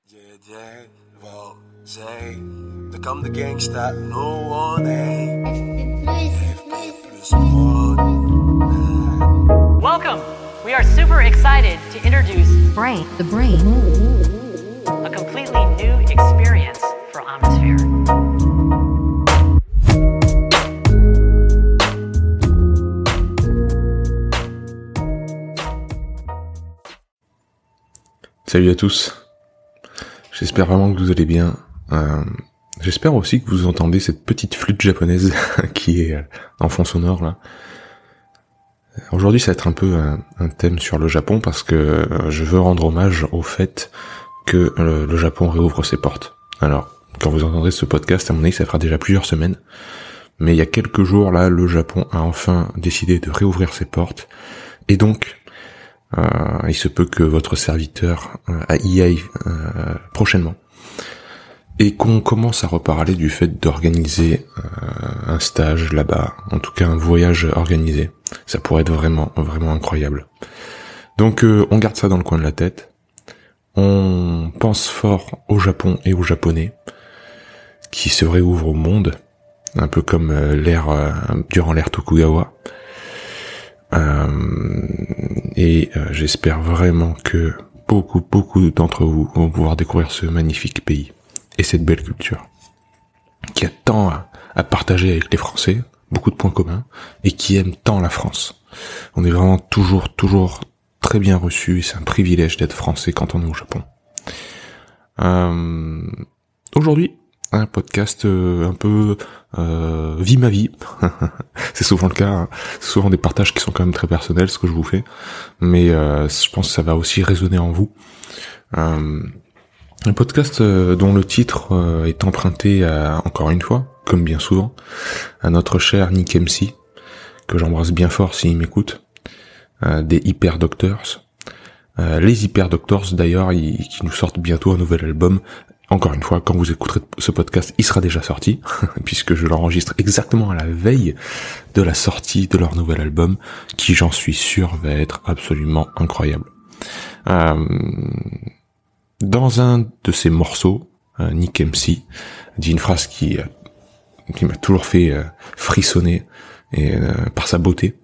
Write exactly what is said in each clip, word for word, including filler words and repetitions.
Welcome. We are super excited to introduce Brain, the Brain, a completely new experience for Omnisphere. Salut à tous. J'espère vraiment que vous allez bien. Euh, j'espère aussi que vous entendez cette petite flûte japonaise qui est en fond sonore là. Aujourd'hui, ça va être un peu un, un thème sur le Japon parce que je veux rendre hommage au fait que le, le Japon réouvre ses portes. Alors, quand vous entendrez ce podcast, à mon avis, ça fera déjà plusieurs semaines. Mais il y a quelques jours, là, le Japon a enfin décidé de réouvrir ses portes. Et donc, euh, il se peut que votre serviteur euh, y aille euh, prochainement. Et qu'on commence à reparler du fait d'organiser euh, un stage là-bas, en tout cas un voyage organisé. Ça pourrait être vraiment, vraiment incroyable. Donc euh, on garde ça dans le coin de la tête. On pense fort au Japon et aux Japonais, qui se réouvrent au monde, un peu comme euh, l'ère euh, durant l'ère Tokugawa. Euh, et euh, j'espère vraiment que beaucoup, beaucoup d'entre vous vont pouvoir découvrir ce magnifique pays. Et cette belle culture, qui a tant à, à partager avec les Français, beaucoup de points communs, et qui aime tant la France. On est vraiment toujours, toujours très bien reçus, et c'est un privilège d'être français quand on est au Japon. Euh, aujourd'hui, un podcast euh, un peu euh, vie ma vie. C'est souvent le cas, hein. C'est souvent des partages qui sont quand même très personnels, ce que je vous fais, mais euh, je pense que ça va aussi résonner en vous. Euh, Un podcast euh, dont le titre euh, est emprunté à, encore une fois, comme bien souvent, à notre cher Nick M C, que j'embrasse bien fort s'il m'écoute, euh, des Hyper Doctors. Euh, les Hyper Doctors, d'ailleurs, ils, qui nous sortent bientôt un nouvel album. Encore une fois, quand vous écouterez ce podcast, il sera déjà sorti, puisque je l'enregistre exactement à la veille de la sortie de leur nouvel album, qui, j'en suis sûr, va être absolument incroyable. Euh... Dans un de ces morceaux, euh, Nick M C dit une phrase qui, euh, qui m'a toujours fait euh, frissonner et, euh, par sa beauté.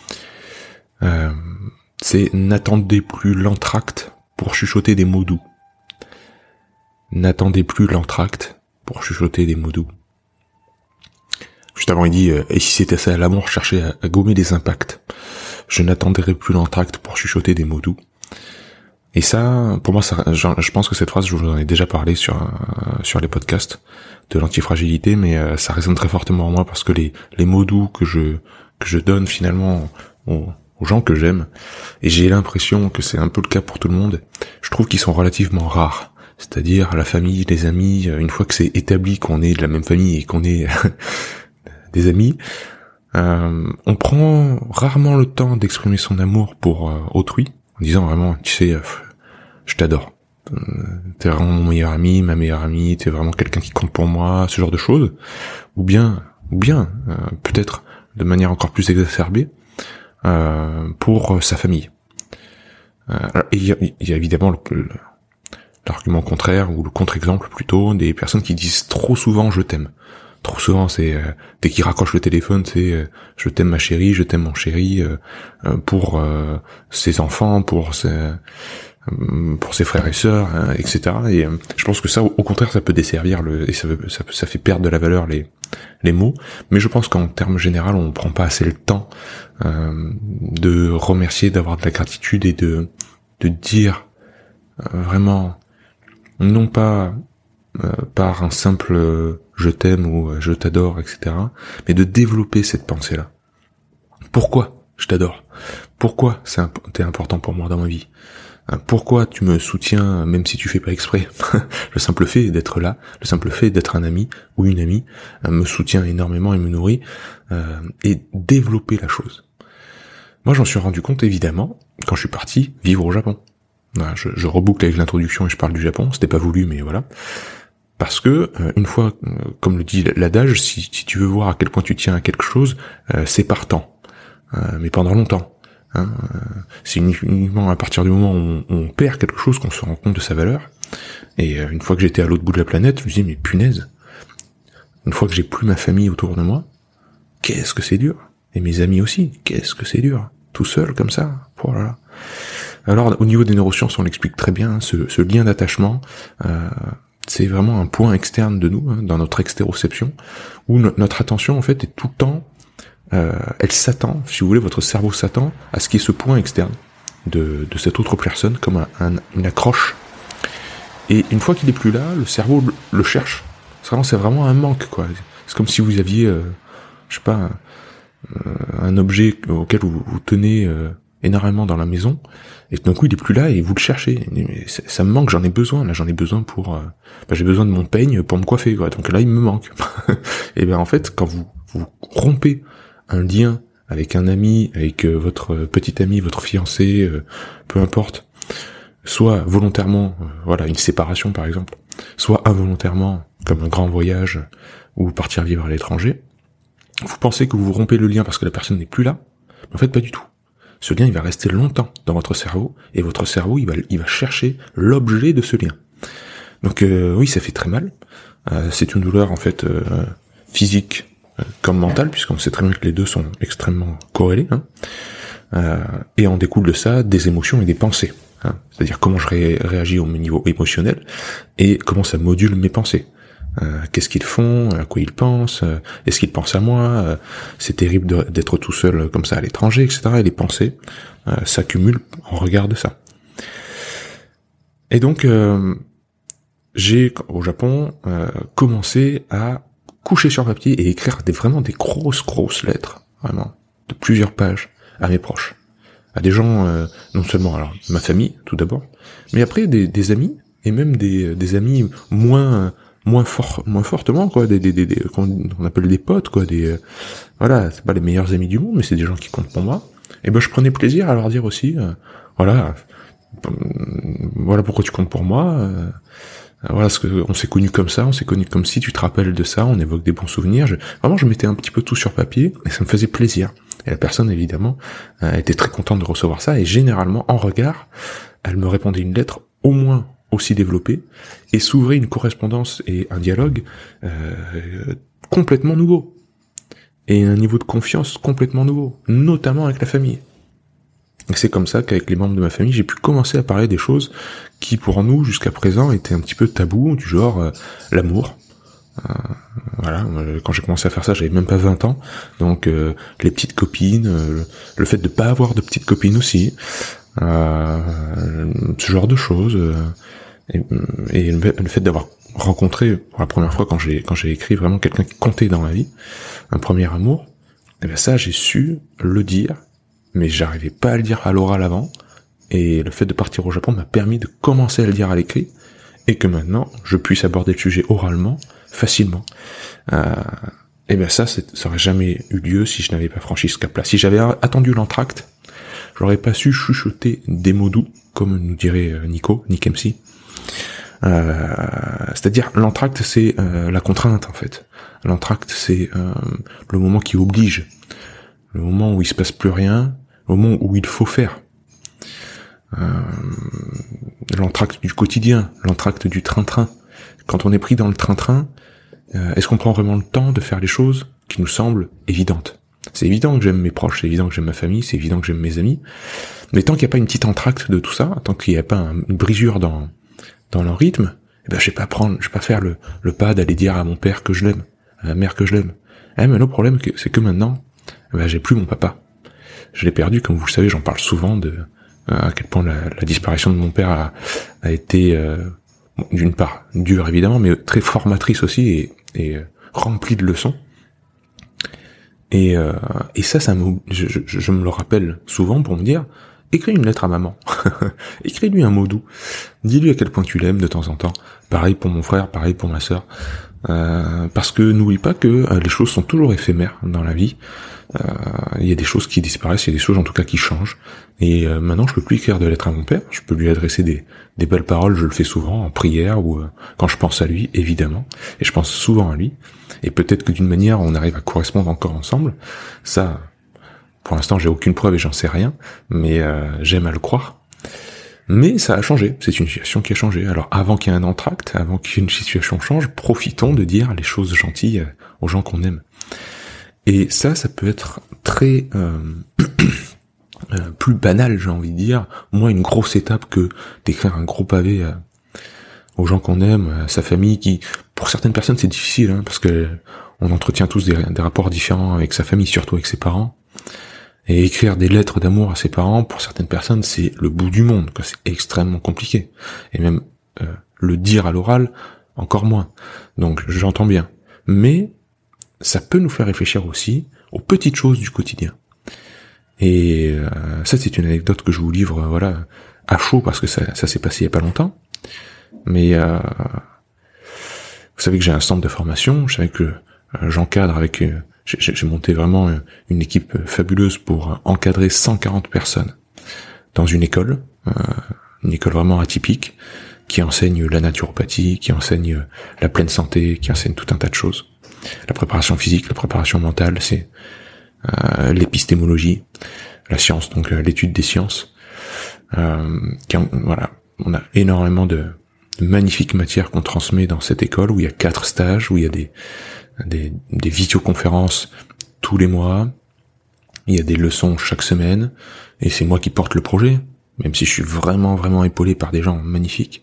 Euh, c'est « N'attendez plus l'entracte pour chuchoter des mots doux. N'attendez plus l'entracte pour chuchoter des mots doux. » Juste avant, il dit euh, « Et si c'était ça l'amour, cherchez à, à gommer les impacts. Je n'attendrai plus l'entracte pour chuchoter des mots doux. » Et ça, pour moi, ça, je pense que cette phrase, je vous en ai déjà parlé sur euh, sur les podcasts de l'antifragilité, mais euh, ça résonne très fortement en moi parce que les les mots doux que je que je donne finalement aux, aux gens que j'aime, et j'ai l'impression que c'est un peu le cas pour tout le monde, je trouve qu'ils sont relativement rares. C'est-à-dire la famille, les amis, une fois que c'est établi qu'on est de la même famille et qu'on est des amis, euh, on prend rarement le temps d'exprimer son amour pour euh, autrui. En disant vraiment, tu sais, euh, je t'adore. Euh, t'es vraiment mon meilleur ami, ma meilleure amie, t'es vraiment quelqu'un qui compte pour moi, ce genre de choses. Ou bien, ou bien, euh, peut-être de manière encore plus exacerbée, euh, pour euh, sa famille. Euh, il y a, y a évidemment le, le, l'argument contraire, ou le contre-exemple plutôt, des personnes qui disent trop souvent « je t'aime ». Trop souvent, c'est euh, dès qu'il raccroche le téléphone, c'est euh, je t'aime ma chérie, je t'aime mon chéri, euh, euh, pour euh, ses enfants, pour ses euh, pour ses frères et sœurs, hein, et cetera. Et euh, je pense que ça, au, au contraire, ça peut desservir le et ça, ça ça fait perdre de la valeur les les mots. Mais je pense qu'en termes général, on prend pas assez le temps euh, de remercier, d'avoir de la gratitude et de de dire euh, vraiment non pas euh, par un simple euh, je t'aime ou euh, je t'adore, et cetera, mais de développer cette pensée-là. Pourquoi je t'adore? Pourquoi c'est imp- t'es important pour moi dans ma vie? Pourquoi tu me soutiens même si tu fais pas exprès? Le simple fait d'être là, le simple fait d'être un ami ou une amie euh, me soutient énormément et me nourrit, euh, et développer la chose. Moi j'en suis rendu compte évidemment quand je suis parti vivre au Japon. Voilà, je, je reboucle avec l'introduction et je parle du Japon, c'était pas voulu mais voilà. Parce que, euh, une fois, euh, comme le dit l'adage, si, si tu veux voir à quel point tu tiens à quelque chose, euh, c'est par temps. Euh, mais pendant longtemps. Hein, euh, c'est uniquement à partir du moment où on, on perd quelque chose qu'on se rend compte de sa valeur. Et euh, une fois que j'étais à l'autre bout de la planète, je me dis mais punaise, une fois que j'ai plus ma famille autour de moi, qu'est-ce que c'est dur. Et mes amis aussi, qu'est-ce que c'est dur. Tout seul comme ça, oh là là. Alors au niveau des neurosciences, on l'explique très bien, hein, ce, ce lien d'attachement, euh, c'est vraiment un point externe de nous, hein, dans notre extéroception, où no- notre attention en fait est tout le temps, euh, elle s'attend, si vous voulez, votre cerveau s'attend à ce qu'il y ait ce point externe de, de cette autre personne, comme un, un, une accroche. Et une fois qu'il est plus là, le cerveau le, le cherche. C'est vraiment, c'est vraiment un manque, quoi. C'est comme si vous aviez, euh, je sais pas, un, un objet auquel vous, vous tenez euh, énormément dans la maison, et d'un coup il est plus là et vous le cherchez. Mais ça me manque, j'en ai besoin. Là, j'en ai besoin pour, euh, bah, j'ai besoin de mon peigne pour me coiffer, quoi. Donc là, il me manque. Et bien en fait, quand vous vous rompez un lien avec un ami, avec euh, votre petit ami, votre fiancé, euh, peu importe, soit volontairement, euh, voilà, une séparation par exemple, soit involontairement, comme un grand voyage ou partir vivre à l'étranger, vous pensez que vous rompez le lien parce que la personne n'est plus là, mais en fait pas du tout. Ce lien, il va rester longtemps dans votre cerveau, et votre cerveau, il va, il va chercher l'objet de ce lien. Donc euh, oui, ça fait très mal. Euh, c'est une douleur en fait euh, physique euh, comme mentale, puisqu'on sait très bien que les deux sont extrêmement corrélés. Hein. Euh, et en découle de ça des émotions et des pensées. Hein. C'est-à-dire comment je ré- réagis au niveau émotionnel et comment ça module mes pensées. Euh, qu'est-ce qu'ils font, à quoi ils pensent, euh, est-ce qu'ils pensent à moi, euh, c'est terrible de, d'être tout seul comme ça à l'étranger, et cetera. Et les pensées euh, s'accumulent en regard de ça. Et donc, euh, j'ai, au Japon, euh, commencé à coucher sur papier et écrire des, vraiment des grosses, grosses lettres, vraiment, de plusieurs pages, à mes proches. À des gens, euh, non seulement, alors, ma famille, tout d'abord, mais après des, des amis, et même des, des amis moins... moins fort moins fortement quoi, des des des, des qu'on on appelle des potes quoi, des euh, voilà, c'est pas les meilleurs amis du monde, mais c'est des gens qui comptent pour moi. Et ben je prenais plaisir à leur dire aussi euh, voilà euh, voilà pourquoi tu comptes pour moi, euh, voilà ce que on s'est connus comme ça, on s'est connus comme si tu te rappelles de ça, on évoque des bons souvenirs. Je, vraiment je mettais un petit peu tout sur papier et ça me faisait plaisir. Et la personne évidemment euh, était très contente de recevoir ça, et généralement en regard, elle me répondait une lettre au moins aussi développé, et s'ouvrait une correspondance et un dialogue euh, complètement nouveau, et un niveau de confiance complètement nouveau, notamment avec la famille. Et c'est comme ça qu'avec les membres de ma famille, j'ai pu commencer à parler des choses qui pour nous jusqu'à présent étaient un petit peu tabous, du genre euh, l'amour. Euh, voilà, quand j'ai commencé à faire ça, j'avais même pas vingt ans, donc euh, les petites copines, euh, le fait de pas avoir de petites copines aussi, euh, ce genre de choses. Euh, Et, et le fait d'avoir rencontré pour la première fois quand j'ai quand j'ai écrit vraiment quelqu'un qui comptait dans ma vie, un premier amour, et ben ça j'ai su le dire, mais j'arrivais pas à le dire à l'oral avant, et le fait de partir au Japon m'a permis de commencer à le dire à l'écrit, et que maintenant je puisse aborder le sujet oralement facilement. Euh, et ben ça, c'est, ça aurait jamais eu lieu si je n'avais pas franchi ce cap-là. Si j'avais attendu l'entracte, j'aurais pas su chuchoter des mots doux, comme nous dirait Nico, Nick M C. Euh, c'est-à-dire l'entracte c'est euh, la contrainte en fait. L'entracte c'est euh, le moment qui oblige, le moment où il se passe plus rien, le moment où il faut faire. Euh, l'entracte du quotidien, l'entracte du train-train. Quand on est pris dans le train-train, euh, est-ce qu'on prend vraiment le temps de faire les choses qui nous semblent évidentes? C'est évident que j'aime mes proches, c'est évident que j'aime ma famille, c'est évident que j'aime mes amis, mais tant qu'il n'y a pas une petite entracte de tout ça, tant qu'il n'y a pas un, une brisure dans dans leur rythme, eh ben je vais pas prendre, je vais pas faire le le pas d'aller dire à mon père que je l'aime, à ma mère que je l'aime. Eh mais le problème c'est que maintenant, eh ben j'ai plus mon papa. Je l'ai perdu, comme vous le savez, j'en parle souvent de à quel point la, la disparition de mon père a, a été euh, bon, d'une part dure évidemment, mais très formatrice aussi et, et euh, remplie de leçons. Et euh, et ça, ça me, je, je, je me le rappelle souvent pour me dire. Écris une lettre à maman. Écris-lui un mot doux. Dis-lui à quel point tu l'aimes de temps en temps. Pareil pour mon frère, pareil pour ma sœur. Euh, parce que n'oublie pas que euh, les choses sont toujours éphémères dans la vie. Euh, il y a des choses qui disparaissent, il y a des choses en tout cas qui changent. Et euh, maintenant, je peux plus écrire de lettres à mon père. Je peux lui adresser des, des belles paroles. Je le fais souvent en prière ou euh, quand je pense à lui, évidemment. Et je pense souvent à lui. Et peut-être que d'une manière, on arrive à correspondre encore ensemble. Ça... Pour l'instant, j'ai aucune preuve et j'en sais rien, mais euh, j'aime à le croire. Mais ça a changé, c'est une situation qui a changé. Alors avant qu'il y ait un entracte, avant qu'une situation change, profitons de dire les choses gentilles aux gens qu'on aime. Et ça, ça peut être très euh, euh, plus banal, j'ai envie de dire. Moi, une grosse étape que d'écrire un gros pavé euh, aux gens qu'on aime, à sa famille, qui, pour certaines personnes, c'est difficile, hein, parce que on entretient tous des, des rapports différents avec sa famille, surtout avec ses parents. Et écrire des lettres d'amour à ses parents, pour certaines personnes, c'est le bout du monde, quoi. C'est extrêmement compliqué. Et même euh, le dire à l'oral, encore moins. Donc j'entends bien. Mais ça peut nous faire réfléchir aussi aux petites choses du quotidien. Et euh, ça, c'est une anecdote que je vous livre, euh, voilà, à chaud, parce que ça, ça s'est passé il y a pas longtemps. Mais euh, vous savez que j'ai un centre de formation, je savais que euh, j'encadre avec... Euh, J'ai, j'ai monté vraiment une équipe fabuleuse pour encadrer cent quarante personnes dans une école, euh, une école vraiment atypique, qui enseigne la naturopathie, qui enseigne la pleine santé, qui enseigne tout un tas de choses. La préparation physique, la préparation mentale, c'est euh, l'épistémologie, la science, donc euh, l'étude des sciences. Euh, qui, voilà, on a énormément de, de magnifiques matières qu'on transmet dans cette école, où il y a quatre stages, où il y a des Des, des visioconférences tous les mois, il y a des leçons chaque semaine, et c'est moi qui porte le projet, même si je suis vraiment vraiment épaulé par des gens magnifiques.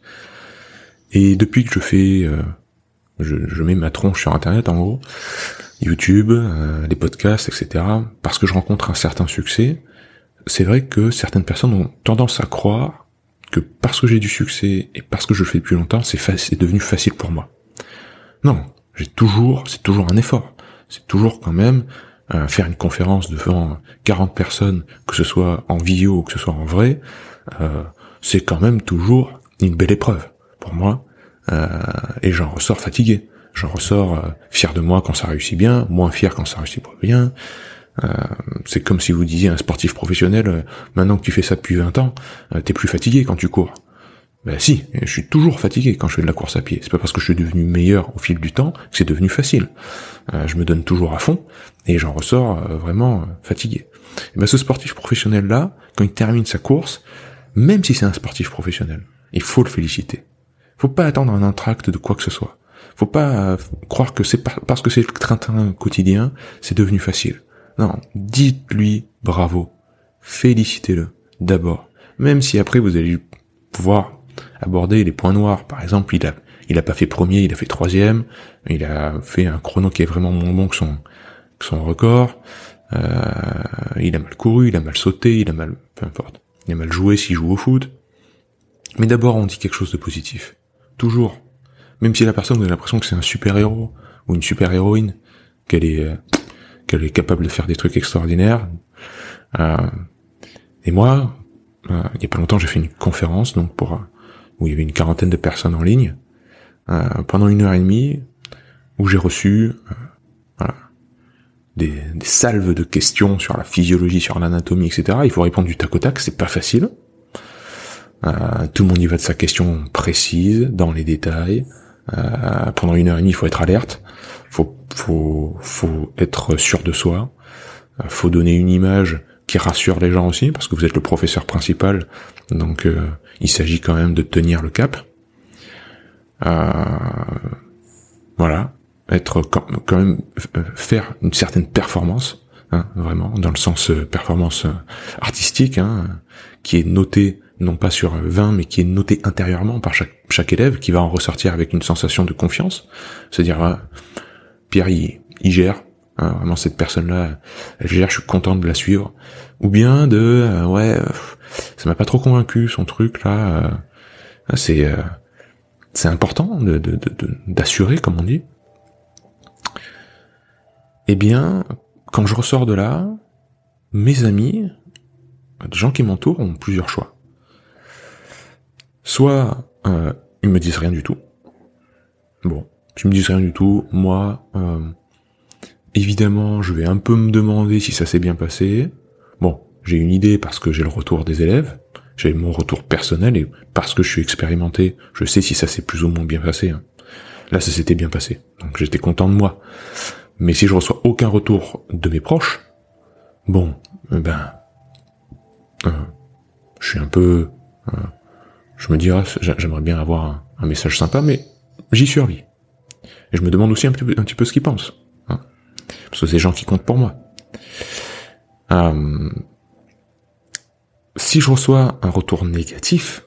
Et depuis que je fais, euh, je, je mets ma tronche sur internet en gros, YouTube, euh, les podcasts, et cetera, parce que je rencontre un certain succès, c'est vrai que certaines personnes ont tendance à croire que parce que j'ai du succès, et parce que je le fais depuis longtemps, c'est, fa- c'est devenu facile pour moi. Non. J'ai toujours, c'est toujours un effort. C'est toujours quand même euh, faire une conférence devant quarante personnes, que ce soit en vidéo ou que ce soit en vrai, euh, c'est quand même toujours une belle épreuve pour moi. Euh, et j'en ressors fatigué. J'en ressors euh, fier de moi quand ça réussit bien, moins fier quand ça réussit pas bien. Euh, c'est comme si vous disiez à un sportif professionnel, euh, maintenant que tu fais ça depuis vingt ans, euh, t'es plus fatigué quand tu cours. Ben si, je suis toujours fatigué quand je fais de la course à pied. C'est pas parce que je suis devenu meilleur au fil du temps que c'est devenu facile. Euh, je me donne toujours à fond et j'en ressors euh, vraiment euh, fatigué. Et ben ce sportif professionnel là, quand il termine sa course, même si c'est un sportif professionnel, il faut le féliciter. Faut pas attendre un entracte de quoi que ce soit. Faut pas euh, croire que c'est par, parce que c'est le train-train quotidien, c'est devenu facile. Non, dites-lui bravo, félicitez-le d'abord, même si après vous allez pouvoir aborder les points noirs. Par exemple, il a il a pas fait premier, il a fait troisième, il a fait un chrono qui est vraiment moins bon que son que son record, euh, il a mal couru, il a mal sauté, il a mal, peu importe, il a mal joué s'il joue au foot. Mais d'abord, on dit quelque chose de positif. Toujours. Même si la personne, vous avez l'impression que c'est un super-héros ou une super-héroïne, qu'elle est euh, qu'elle est capable de faire des trucs extraordinaires. Euh, et moi, euh, il y a pas longtemps, j'ai fait une conférence donc pour euh, où il y avait une quarantaine de personnes en ligne, euh, pendant une heure et demie, où j'ai reçu euh, voilà, des, des salves de questions sur la physiologie, sur l'anatomie, et cetera. Il faut répondre du tac au tac, c'est pas facile. Euh, tout le monde y va de sa question précise, dans les détails. Euh, pendant une heure et demie, il faut être alerte, faut, faut, faut être sûr de soi, euh, faut donner une image qui rassure les gens aussi, parce que vous êtes le professeur principal, donc euh, il s'agit quand même de tenir le cap. Euh, voilà, être quand, quand même faire une certaine performance, hein, vraiment, dans le sens euh, performance euh, artistique, hein, qui est notée non pas sur vingt, mais qui est notée intérieurement par chaque, chaque élève, qui va en ressortir avec une sensation de confiance, c'est-à-dire, euh, Pierre, il, il gère, hein, vraiment cette personne-là, elle gère, je suis content de la suivre, ou bien de, euh, ouais, euh, ça m'a pas trop convaincu, son truc, là, euh, c'est, euh, c'est important de, de, de, de, d'assurer, comme on dit. Eh bien, quand je ressors de là, mes amis, les gens qui m'entourent ont plusieurs choix. Soit euh, ils me disent rien du tout. Bon, s'ils me disent rien du tout, moi, euh, évidemment, je vais un peu me demander si ça s'est bien passé. Bon, j'ai une idée parce que j'ai le retour des élèves, j'ai mon retour personnel et parce que je suis expérimenté, je sais si ça s'est plus ou moins bien passé. Hein. Là, ça s'était bien passé, donc j'étais content de moi. Mais si je reçois aucun retour de mes proches, bon, ben, euh, je suis un peu... Euh, je me dis, ah, j'aimerais bien avoir un, un message sympa, mais j'y survis. Et je me demande aussi un petit peu, un petit peu ce qu'ils pensent. Hein, parce que c'est des gens qui comptent pour moi. Euh, si je reçois un retour négatif,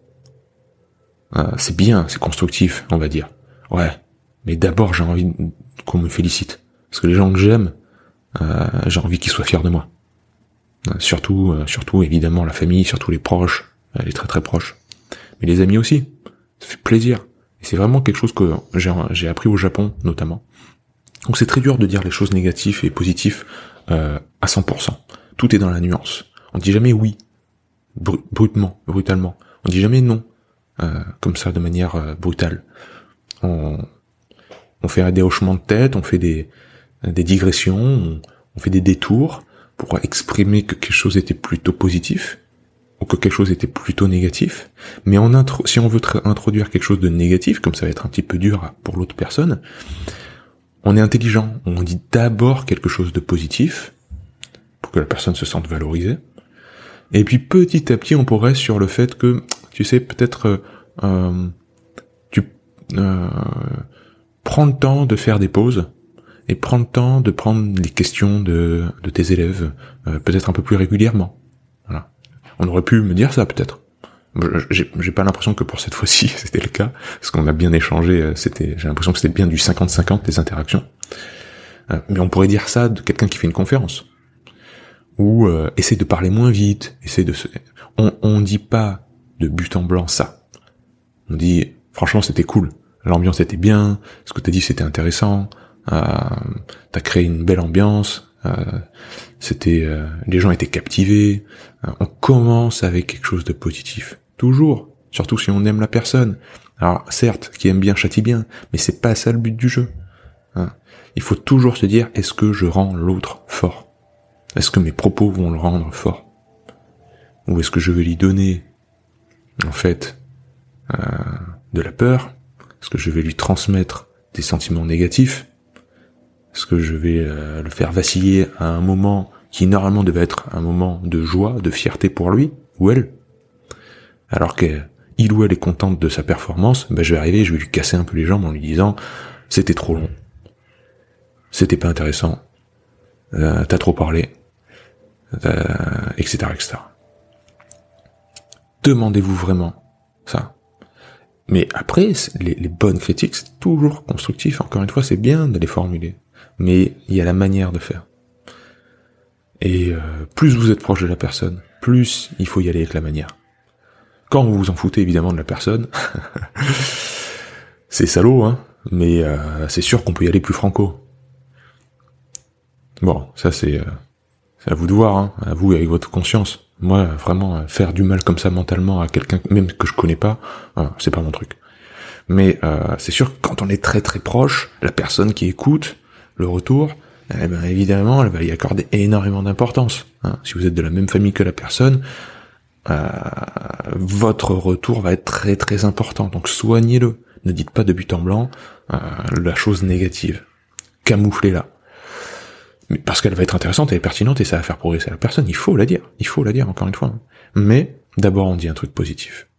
euh, c'est bien, c'est constructif, on va dire. Ouais, mais d'abord j'ai envie qu'on me félicite. Parce que les gens que j'aime, euh, j'ai envie qu'ils soient fiers de moi. Euh, surtout, euh, surtout évidemment la famille, surtout les proches, euh, les très très proches. Mais les amis aussi, ça fait plaisir. Et c'est vraiment quelque chose que j'ai, j'ai appris au Japon notamment. Donc c'est très dur de dire les choses négatives et positives euh, à cent pour cent. Tout est dans la nuance. On dit jamais oui, br- brutement, brutalement. On dit jamais non, euh, comme ça de manière euh, brutale. On, on fait des hochements de tête, on fait des, des digressions, on, on fait des détours pour exprimer que quelque chose était plutôt positif ou que quelque chose était plutôt négatif. Mais en intro- si on veut tra- introduire quelque chose de négatif, comme ça va être un petit peu dur pour l'autre personne, on est intelligent. On dit d'abord quelque chose de positif pour que la personne se sente valorisée. Et puis petit à petit, on pourrait sur le fait que, tu sais, peut-être euh, tu euh, prends le temps de faire des pauses et prends le temps de prendre les questions de, de tes élèves, euh, peut-être un peu plus régulièrement. Voilà. On aurait pu me dire ça, peut-être. J'ai, j'ai pas l'impression que pour cette fois-ci c'était le cas, parce qu'on a bien échangé. C'était, j'ai l'impression que c'était bien du cinquante cinquante des interactions. Euh, mais on pourrait dire ça de quelqu'un qui fait une conférence, ou euh, essaie de parler moins vite, essaie de se... On, on dit pas de but en blanc ça. On dit franchement c'était cool, l'ambiance était bien, ce que t'as dit c'était intéressant, euh, t'as créé une belle ambiance. Euh, c'était, euh, les gens étaient captivés. Euh, on commence avec quelque chose de positif, toujours. Surtout si on aime la personne. Alors certes, qui aime bien châtie bien, mais c'est pas ça le but du jeu. Hein. Il faut toujours se dire, est-ce que je rends l'autre fort ? Est-ce que mes propos vont le rendre fort ? Ou est-ce que je vais lui donner, en fait, euh, de la peur ? Est-ce que je vais lui transmettre des sentiments négatifs ? Est-ce que je vais euh, le faire vaciller à un moment qui normalement devait être un moment de joie, de fierté pour lui ou elle, alors qu'il ou elle est contente de sa performance, ben je vais arriver, je vais lui casser un peu les jambes en lui disant c'était trop long, c'était pas intéressant, euh, t'as trop parlé, euh, et cetera, et cetera. Demandez-vous vraiment ça. Mais après, les, les bonnes critiques, c'est toujours constructif. Encore une fois, c'est bien de les formuler. Mais il y a la manière de faire. Et euh, plus vous êtes proche de la personne, plus il faut y aller avec la manière. Quand vous vous en foutez évidemment de la personne, c'est salaud, hein, mais euh, c'est sûr qu'on peut y aller plus franco. Bon, ça c'est, euh, c'est à vous de voir, hein, à vous avec votre conscience. Moi, vraiment, faire du mal comme ça mentalement à quelqu'un même que je connais pas, euh, c'est pas mon truc. Mais euh, c'est sûr que quand on est très très proche, la personne qui écoute le retour, eh ben évidemment, elle va y accorder énormément d'importance. Hein. Si vous êtes de la même famille que la personne, euh, votre retour va être très très important. Donc soignez-le. Ne dites pas de but en blanc euh, la chose négative. Camouflez-la. Mais parce qu'elle va être intéressante, elle est pertinente et ça va faire progresser la personne. Il faut la dire. Il faut la dire, encore une fois. Mais d'abord, on dit un truc positif.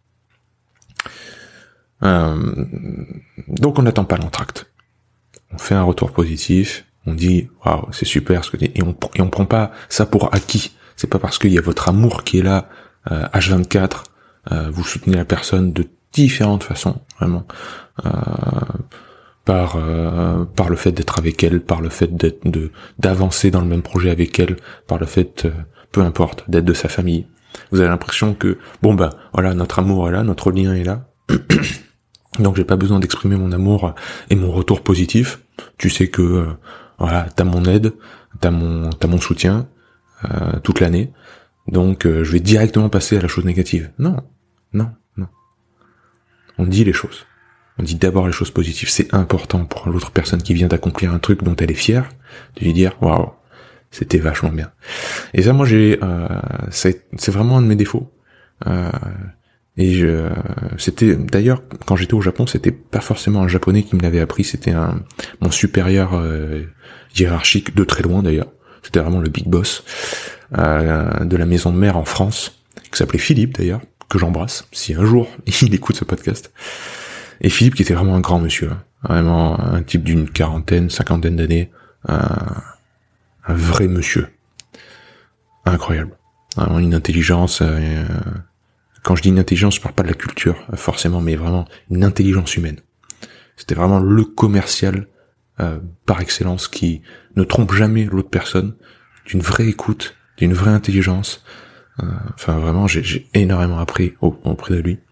Euh, donc on n'attend pas l'entracte. On fait un retour positif, on dit waouh c'est super ce que tu... et on et on prend pas ça pour acquis. C'est pas parce qu'il y a votre amour qui est là euh, H vingt-quatre, euh, vous soutenez la personne de différentes façons, vraiment euh, par euh, par le fait d'être avec elle, par le fait d'être de d'avancer dans le même projet avec elle, par le fait euh, peu importe d'être de sa famille. Vous avez l'impression que bon bah voilà notre amour est là, notre lien est là. Donc j'ai pas besoin d'exprimer mon amour et mon retour positif. Tu sais que euh, voilà, t'as mon aide, t'as mon t'as mon soutien euh, toute l'année. Donc euh, je vais directement passer à la chose négative. Non, non, non. On dit les choses. On dit d'abord les choses positives. C'est important pour l'autre personne qui vient d'accomplir un truc dont elle est fière, de lui dire waouh, c'était vachement bien. Et ça, moi j'ai, euh, c'est c'est vraiment un de mes défauts. Euh, Et je, c'était d'ailleurs quand j'étais au Japon, c'était pas forcément un japonais qui me l'avait appris, c'était un mon supérieur euh, hiérarchique de très loin d'ailleurs. C'était vraiment le big boss euh, de la maison de mère en France, qui s'appelait Philippe d'ailleurs, que j'embrasse, si un jour il écoute ce podcast. Et Philippe qui était vraiment un grand monsieur, hein. Vraiment un type d'une quarantaine, cinquantaine d'années, un, un vrai monsieur. Incroyable. Vraiment une intelligence, euh, quand je dis une intelligence, je parle pas de la culture, forcément, mais vraiment une intelligence humaine. C'était vraiment le commercial euh, par excellence qui ne trompe jamais l'autre personne, d'une vraie écoute, d'une vraie intelligence. Euh, enfin vraiment, j'ai, j'ai énormément appris au, auprès de lui.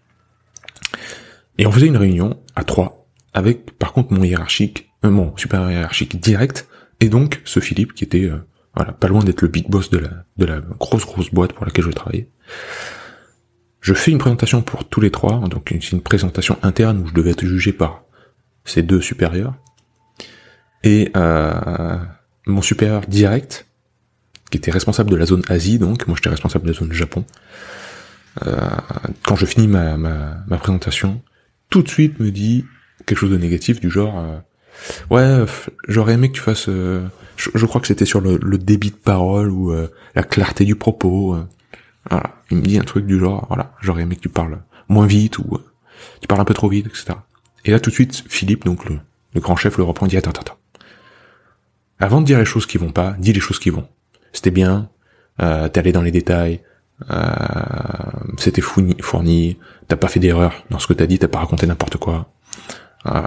Et on faisait une réunion à trois, avec par contre mon hiérarchique, euh, mon supérieur hiérarchique direct, et donc ce Philippe qui était euh, voilà, pas loin d'être le big boss de la de la grosse grosse boîte pour laquelle je travaillais. Je fais une présentation pour tous les trois, donc c'est une présentation interne où je devais être jugé par ces deux supérieurs. Et euh, mon supérieur direct, qui était responsable de la zone Asie, donc moi j'étais responsable de la zone Japon, euh, quand je finis ma, ma, ma présentation, tout de suite me dit quelque chose de négatif du genre euh, ouais, j'aurais aimé que tu fasses euh, je, je crois que c'était sur le, le débit de parole ou euh, la clarté du propos, euh, voilà, il me dit un truc du genre voilà, j'aurais aimé que tu parles moins vite ou euh, tu parles un peu trop vite, et cetera. Et là tout de suite Philippe, donc le, le grand chef, le reprend et dit attends, attends, attends. Avant de dire les choses qui vont pas, dis les choses qui vont. C'était bien, euh, t'es allé dans les détails, euh, c'était fourni, fourni, t'as pas fait d'erreur dans ce que t'as dit, t'as pas raconté n'importe quoi, euh,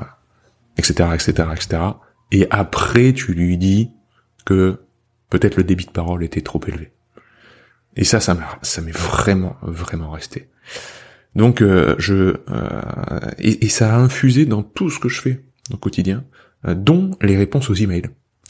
et cetera, et cetera, et cetera. Et après, tu lui dis que peut-être le débit de parole était trop élevé. Et ça, ça m'a, ça m'est vraiment, vraiment resté. Donc, euh, je, euh, et, et ça a infusé dans tout ce que je fais au quotidien, euh, dont les réponses aux emails.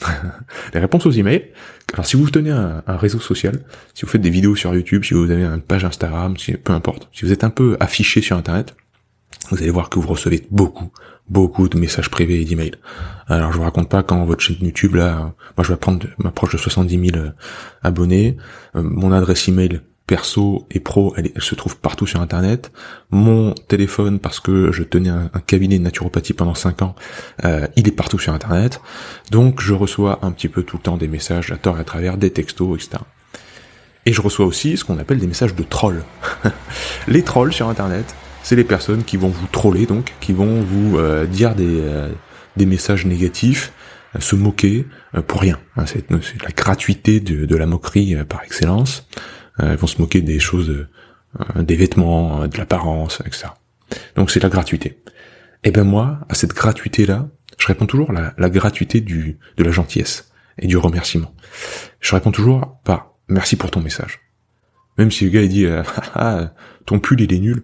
Les réponses aux emails. Alors, si vous tenez un, un réseau social, si vous faites des vidéos sur YouTube, si vous avez une page Instagram, si, peu importe, si vous êtes un peu affiché sur Internet, vous allez voir que vous recevez beaucoup, beaucoup de messages privés et d'emails. Alors, je vous raconte pas quand votre chaîne YouTube, là, moi, je vais prendre, m'approche de soixante-dix mille abonnés, euh, mon adresse email perso et pro, elle, elle se trouve partout sur Internet. Mon téléphone, parce que je tenais un, un cabinet de naturopathie pendant cinq ans, euh, il est partout sur Internet. Donc, je reçois un petit peu tout le temps des messages à tort et à travers, des textos, et cetera. Et je reçois aussi ce qu'on appelle des messages de trolls. Les trolls sur Internet, c'est les personnes qui vont vous troller, donc, qui vont vous euh, dire des, euh, des messages négatifs, euh, se moquer, euh, pour rien. Hein, c'est, c'est la gratuité de, de la moquerie euh, par excellence. Ils vont se moquer des choses, euh, des vêtements, euh, de l'apparence, et cetera. Donc c'est la gratuité. Et ben moi, à cette gratuité-là, je réponds toujours la, la gratuité du de la gentillesse et du remerciement. Je réponds toujours par merci pour ton message. Même si le gars il dit euh, ah, ton pull il est nul,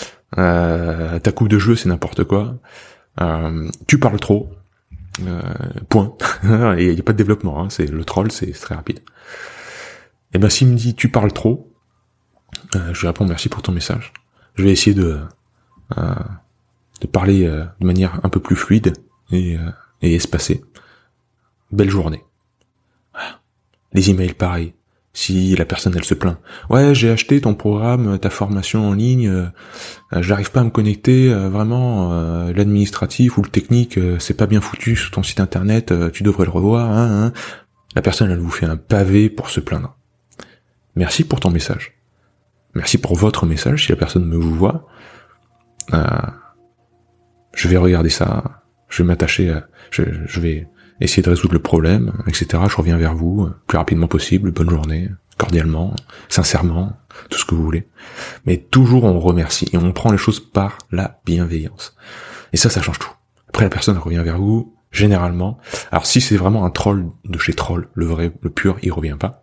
euh, ta coupe de cheveux c'est n'importe quoi, euh, tu parles trop, euh, point. Et il y a pas de développement, hein, c'est le troll, c'est, c'est très rapide. Et ben s'il me dit tu parles trop, euh, je lui réponds merci pour ton message. Je vais essayer de euh, de parler euh, de manière un peu plus fluide et, euh, et espacée. Belle journée. Les emails pareil. Si la personne elle se plaint, ouais j'ai acheté ton programme, ta formation en ligne, euh, j'arrive pas à me connecter, euh, vraiment euh, l'administratif ou le technique euh, c'est pas bien foutu sur ton site internet, euh, tu devrais le revoir. Hein, hein. La personne elle vous fait un pavé pour se plaindre. Merci pour ton message. Merci pour votre message, si la personne me vous voit. Euh, je vais regarder ça, je vais m'attacher, à, je, je vais essayer de résoudre le problème, et cetera. Je reviens vers vous le plus rapidement possible, bonne journée, cordialement, sincèrement, tout ce que vous voulez. Mais toujours on remercie et on prend les choses par la bienveillance. Et ça, ça change tout. Après la personne revient vers vous, généralement. Alors si c'est vraiment un troll de chez troll, le vrai, le pur, il revient pas.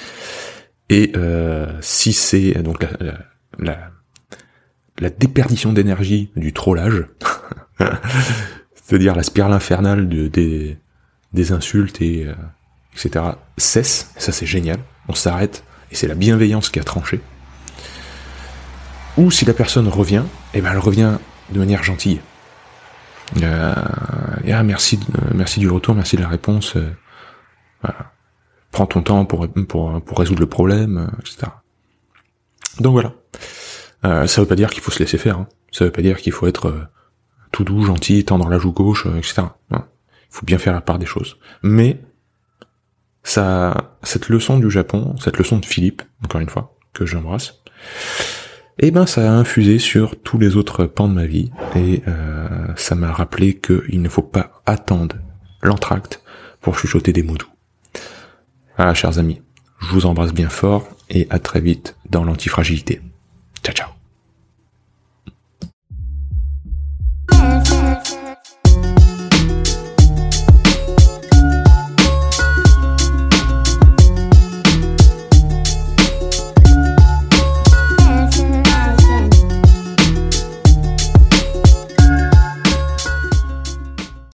Et euh, si c'est donc la, la, la, la déperdition d'énergie du trollage, c'est-à-dire la spirale infernale de, des, des insultes et euh, et cetera cesse, ça c'est génial, on s'arrête et c'est la bienveillance qui a tranché. Ou si la personne revient, eh ben elle revient de manière gentille. Euh, et ah merci, euh, merci du retour, merci de la réponse. Euh, voilà. Prends ton temps pour pour pour résoudre le problème, et cetera. Donc voilà. Euh, ça veut pas dire qu'il faut se laisser faire. Hein. Ça veut pas dire qu'il faut être euh, tout doux, gentil, tendre la joue gauche, euh, et cetera. Hein. Il faut bien faire la part des choses. Mais ça, cette leçon du Japon, cette leçon de Philippe, encore une fois, que j'embrasse, et ben ça a infusé sur tous les autres pans de ma vie, et euh, ça m'a rappelé qu'il ne faut pas attendre l'entracte pour chuchoter des mots doux. Voilà, chers amis, je vous embrasse bien fort, et à très vite dans l'antifragilité. Ciao ciao.